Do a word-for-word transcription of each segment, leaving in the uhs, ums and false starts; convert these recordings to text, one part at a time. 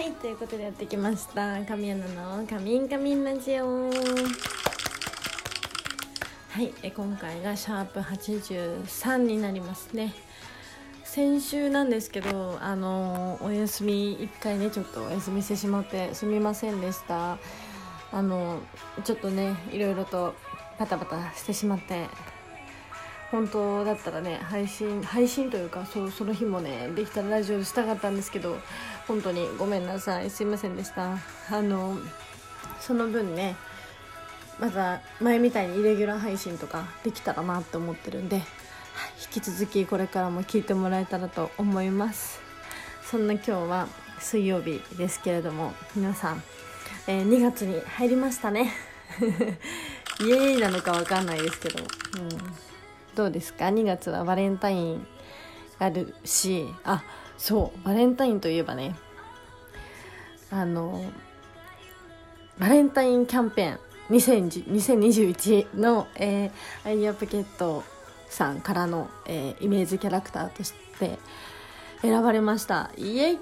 はい、ということでやってきました神アナのカミンカミンラジオ。はい、え今回がシャープはちじゅうさんになりますね。先週なんですけど、あのお休みいっかいねちょっとお休みしてしまってすみませんでした。あのちょっとねいろいろとバタバタしてしまって、本当だったらね配信配信というかそうその日もねできたらラジオしたかったんですけど、本当にごめんなさい、すいませんでした。あのその分ねまた前みたいにイレギュラー配信とかできたらなって思ってるんで、引き続きこれからも聞いてもらえたらと思います。そんな今日は水曜日ですけれども、皆さん、えー、にがつに入りましたねイエーイなのかわかんないですけど、うん、どうですか？にがつはバレンタインあるし、あ、そうバレンタインといえばね、あのバレンタインキャンペーンにせんにじゅういちの、えー、アイディアポケットさんからの、えー、イメージキャラクターとして選ばれました。イエイ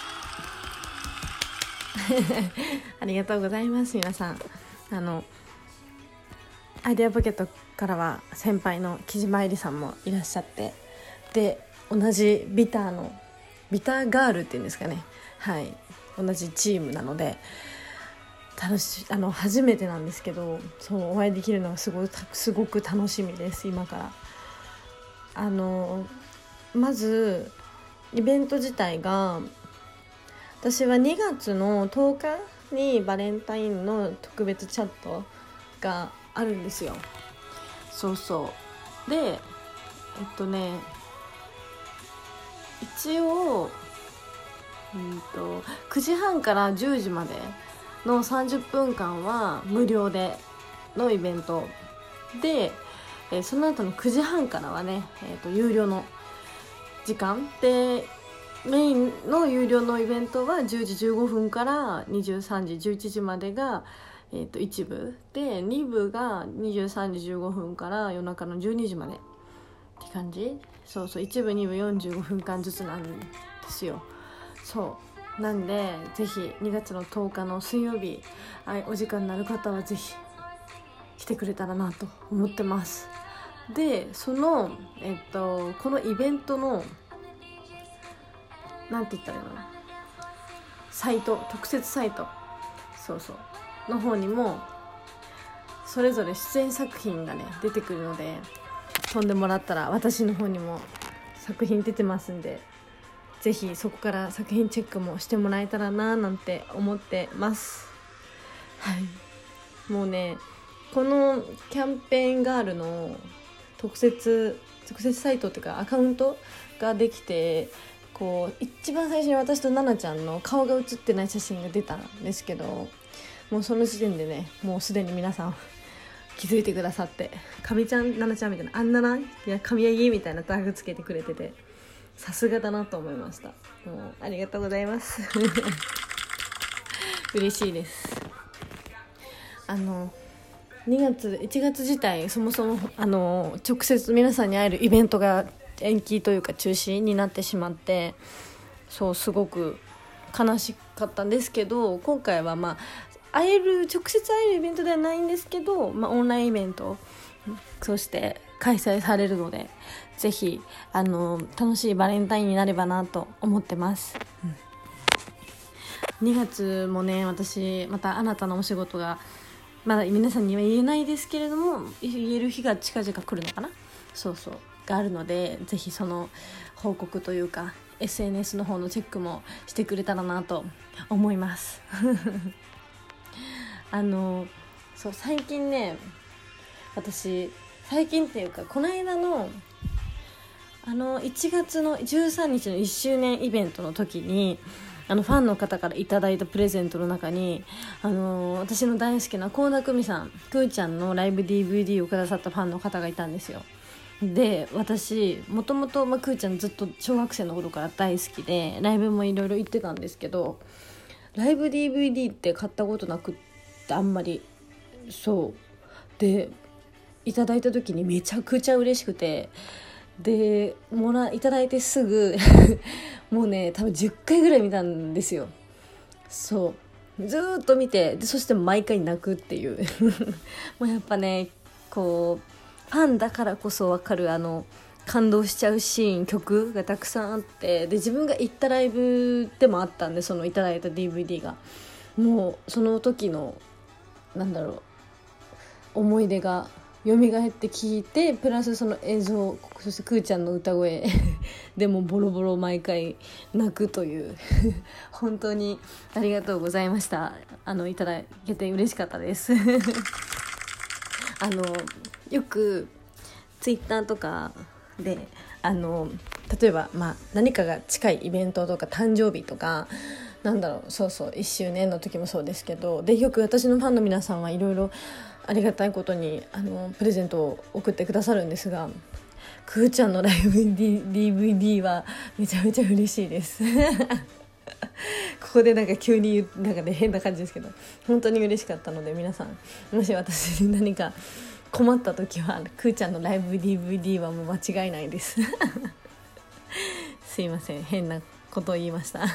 ありがとうございます。皆さん、あのアイデアポケットからは先輩の木島愛理さんもいらっしゃって、で同じビターのビターガールっていうんですかね、はい、同じチームなので楽しあの初めてなんですけど、そうお会いできるのがすごいすごく楽しみです。今からあのまずイベント自体が、私はにがつのとおかにバレンタインの特別チャットがあるんですよ。そうそうでえっとね一応、うんと、くじはんからじゅうじまでのさんじゅっぷんかんは無料でのイベントで、えー、その後のくじはんからはね、えーと、有料の時間で、メインの有料のイベントはじゅうじじゅうごふんからにじゅうさんじじゅういちじまでが、えーと、いち部で、に部がにじゅうさんじじゅうごふんから夜中のじゅうにじまでって感じ。そうそう、いち部に部よんじゅうごふんかんずつなんですよ。そうなんで、ぜひにがつのとおかの水曜日、はい、お時間になる方はぜひ来てくれたらなと思ってます。でその、えっと、このイベントのなんて言ったらいいの、サイト、特設サイト、そうそうの方にもそれぞれ出演作品がね出てくるので、飛んでもらったら私の方にも作品出てますんで、ぜひそこから作品チェックもしてもらえたらななんて思ってます。はい、もうねこのキャンペーンガールの特設特設サイトっていうかアカウントができて、こう一番最初に私とナナちゃんの顔が写ってない写真が出たんですけど、もうその時点でねもうすでに皆さん気づいてくださって、神ちゃんナナちゃんみたいな、あんなないや神谷みたいなタグつけてくれてて、さすがだなと思いました。もうありがとうございます嬉しいです。あのにがついちがつ自体そもそもあの直接皆さんに会えるイベントが延期というか中止になってしまって、そうすごく悲しかったんですけど、今回はまあ会える直接会えるイベントではないんですけど、まあ、オンラインイベントそして開催されるので、ぜひあの楽しいバレンタインになればなと思ってます、うん、にがつもね私また新たなお仕事がまだ皆さんには言えないですけれども、言える日が近々来るのかな、そうそうがあるので、ぜひその報告というか エスエヌエス の方のチェックもしてくれたらなと思いますあのそう最近ね、私最近っていうかこの間のあのいちがつのじゅうさんにちのいっしゅうねんイベントの時に、あのファンの方からいただいたプレゼントの中に、あのー、私の大好きな倖田來未さん、くーちゃんのライブ ディーブイディー をくださったファンの方がいたんですよ。で私もともとくーちゃんずっと小学生の頃から大好きでライブもいろいろ行ってたんですけど、ライブ ディーブイディー って買ったことなくってあんまり、そうでいただいた時にめちゃくちゃ嬉しくて、でもらいただいてすぐもうね多分じゅっかいぐらい見たんですよ。 そうずーっと見て、でそして毎回泣くっていうもうやっぱねこうファンだからこそ分かるあの感動しちゃうシーン、曲がたくさんあって、で自分が行ったライブでもあったんで、そのいただいた ディーブイディー がもうその時のなんだろう思い出が蘇って聞いて、プラスその映像、そしてくーちゃんの歌声でもボロボロ毎回泣くという本当にありがとうございました。あのいただけて嬉しかったですあのよくツイッターとかであの例えば、まあ、何かが近いイベントとか誕生日とかなんだろうそうそういっしゅうねんの時もそうですけど、でよく私のファンの皆さんはいろいろありがたいことにあのプレゼントを送ってくださるんですが、くーちゃんのライブ ディーブイディー はめちゃめちゃ嬉しいですここでなんか急に言うなんか、ね、変な感じですけど本当に嬉しかったので、皆さんもし私に何か困った時はくーちゃんのライブ ディーブイディー はもう間違いないですすいません変なことを言いました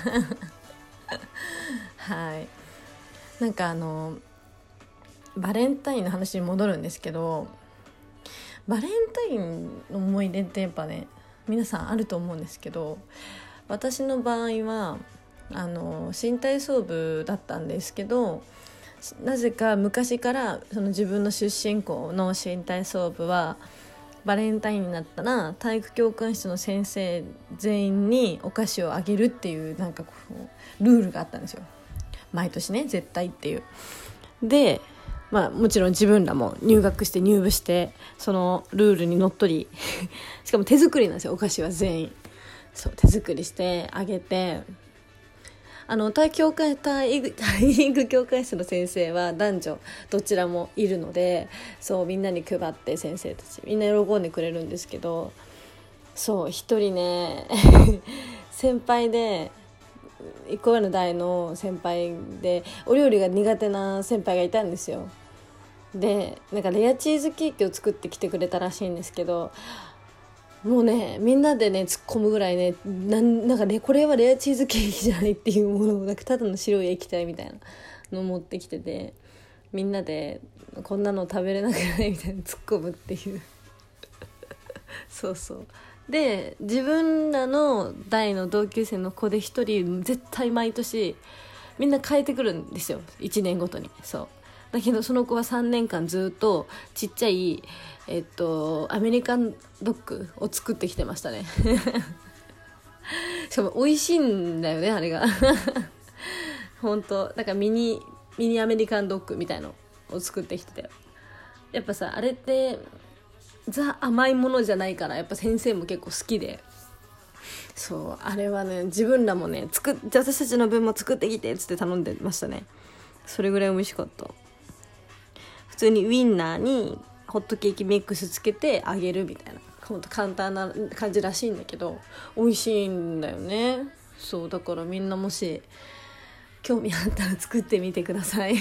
はいなんかあのバレンタインの話に戻るんですけど、バレンタインの思い出ってやっぱね皆さんあると思うんですけど、私の場合はあの新体操部だったんですけど、なぜか昔からその自分の出身校の新体操部はバレンタインになったら体育教官室の先生全員にお菓子をあげるっていうなんかこうルールがあったんですよ、毎年ね絶対っていう。でまあ、もちろん自分らも入学して入部してそのルールにのっとりしかも手作りなんですよ、お菓子は全員そう手作りしてあげて、あの体育体育体育教科室の先生は男女どちらもいるので、そうみんなに配って先生たちみんな喜んでくれるんですけど、そう一人ね先輩でいっこ上の代の先輩でお料理が苦手な先輩がいたんですよ。でなんかレアチーズケーキを作ってきてくれたらしいんですけど、もうねみんなでね突っ込むぐらいねな ん, なんかねこれはレアチーズケーキじゃないっていうものをなんかただの白い液体みたいなのを持ってきてて、みんなでこんなの食べれなくないみたいな突っ込むっていうそうそうで自分らの代の同級生の子で一人絶対毎年みんな変えてくるんですよ、いちねんごとに。そうだけどその子はさんねんかんずっとちっちゃい、えっと、アメリカンドッグを作ってきてましたねしかも美味しいんだよねあれが本当だからミニミニアメリカンドッグみたいのを作ってきてて、やっぱさあれってザ甘いものじゃないからやっぱ先生も結構好きで、そうあれはね自分らもね作っじゃあ私たちの分も作ってきてっつって頼んでましたね。それぐらい美味しかった。普通にウインナーにホットケーキミックスつけてあげるみたいなほんと簡単な感じらしいんだけど美味しいんだよね。そうだからみんなもし興味あったら作ってみてください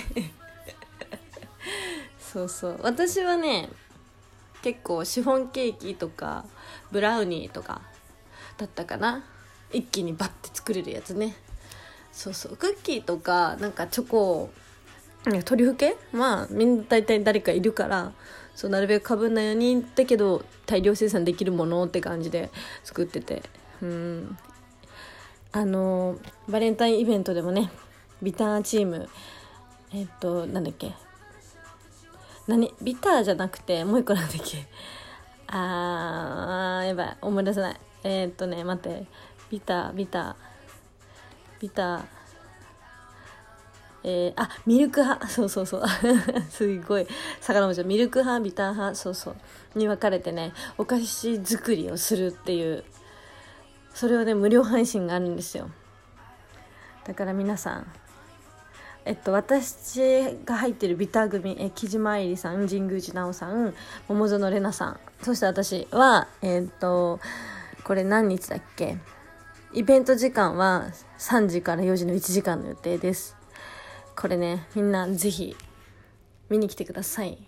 そうそう私はね結構シフォンケーキとかブラウニーとかだったかな、一気にバッて作れるやつね。そうそうクッキーとかなんかチョコトリュフ系まあみんな大体誰かいるからそうなるべくかぶんないようにだけど大量生産できるものって感じで作ってて、うんあのバレンタインイベントでもねビターチームえっとなんだっけ何ビターじゃなくてもう一個なんだっけあーやばい思い出せない。えー、っとね待ってビタービタービターえー、あミルク派そうそうそうすごい魚もじゃミルク派ビター派そうそうに分かれてねお菓子作りをするっていうそれをね無料配信があるんですよ。だから皆さんえっと、私が入ってるビター組え木島愛理さん神宮寺奈緒さん桃園玲奈さんそして私はえっとこれ何日だっけイベント時間はさんじからよじのいちじかんの予定です。これねみんなぜひ見に来てください。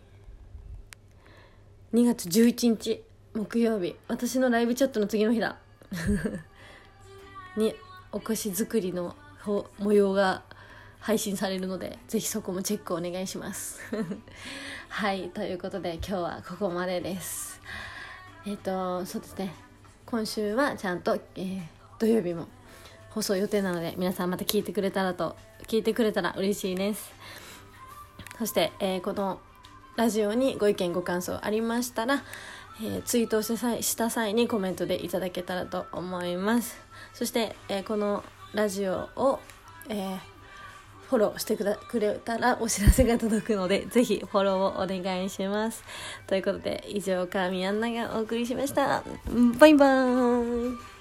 にがつじゅういちにち木曜日私のライブチャットの次の日だにお菓子作りの模様が配信されるので、ぜひそこもチェックお願いしますはい、ということで今日はここまでです。えっ、ー、とそうですね、今週はちゃんと、えー、土曜日も放送予定なので、皆さんまた聞いてくれたらと聞いてくれたら嬉しいです。そして、えー、このラジオにご意見ご感想ありましたら、えー、ツイートした際、した際にコメントでいただけたらと思います。そして、えー、このラジオを、えー、フォローしてくだくれたらお知らせが届くので、ぜひフォローをお願いします。ということで、以上川見アンナがお送りしました。バイバーイ。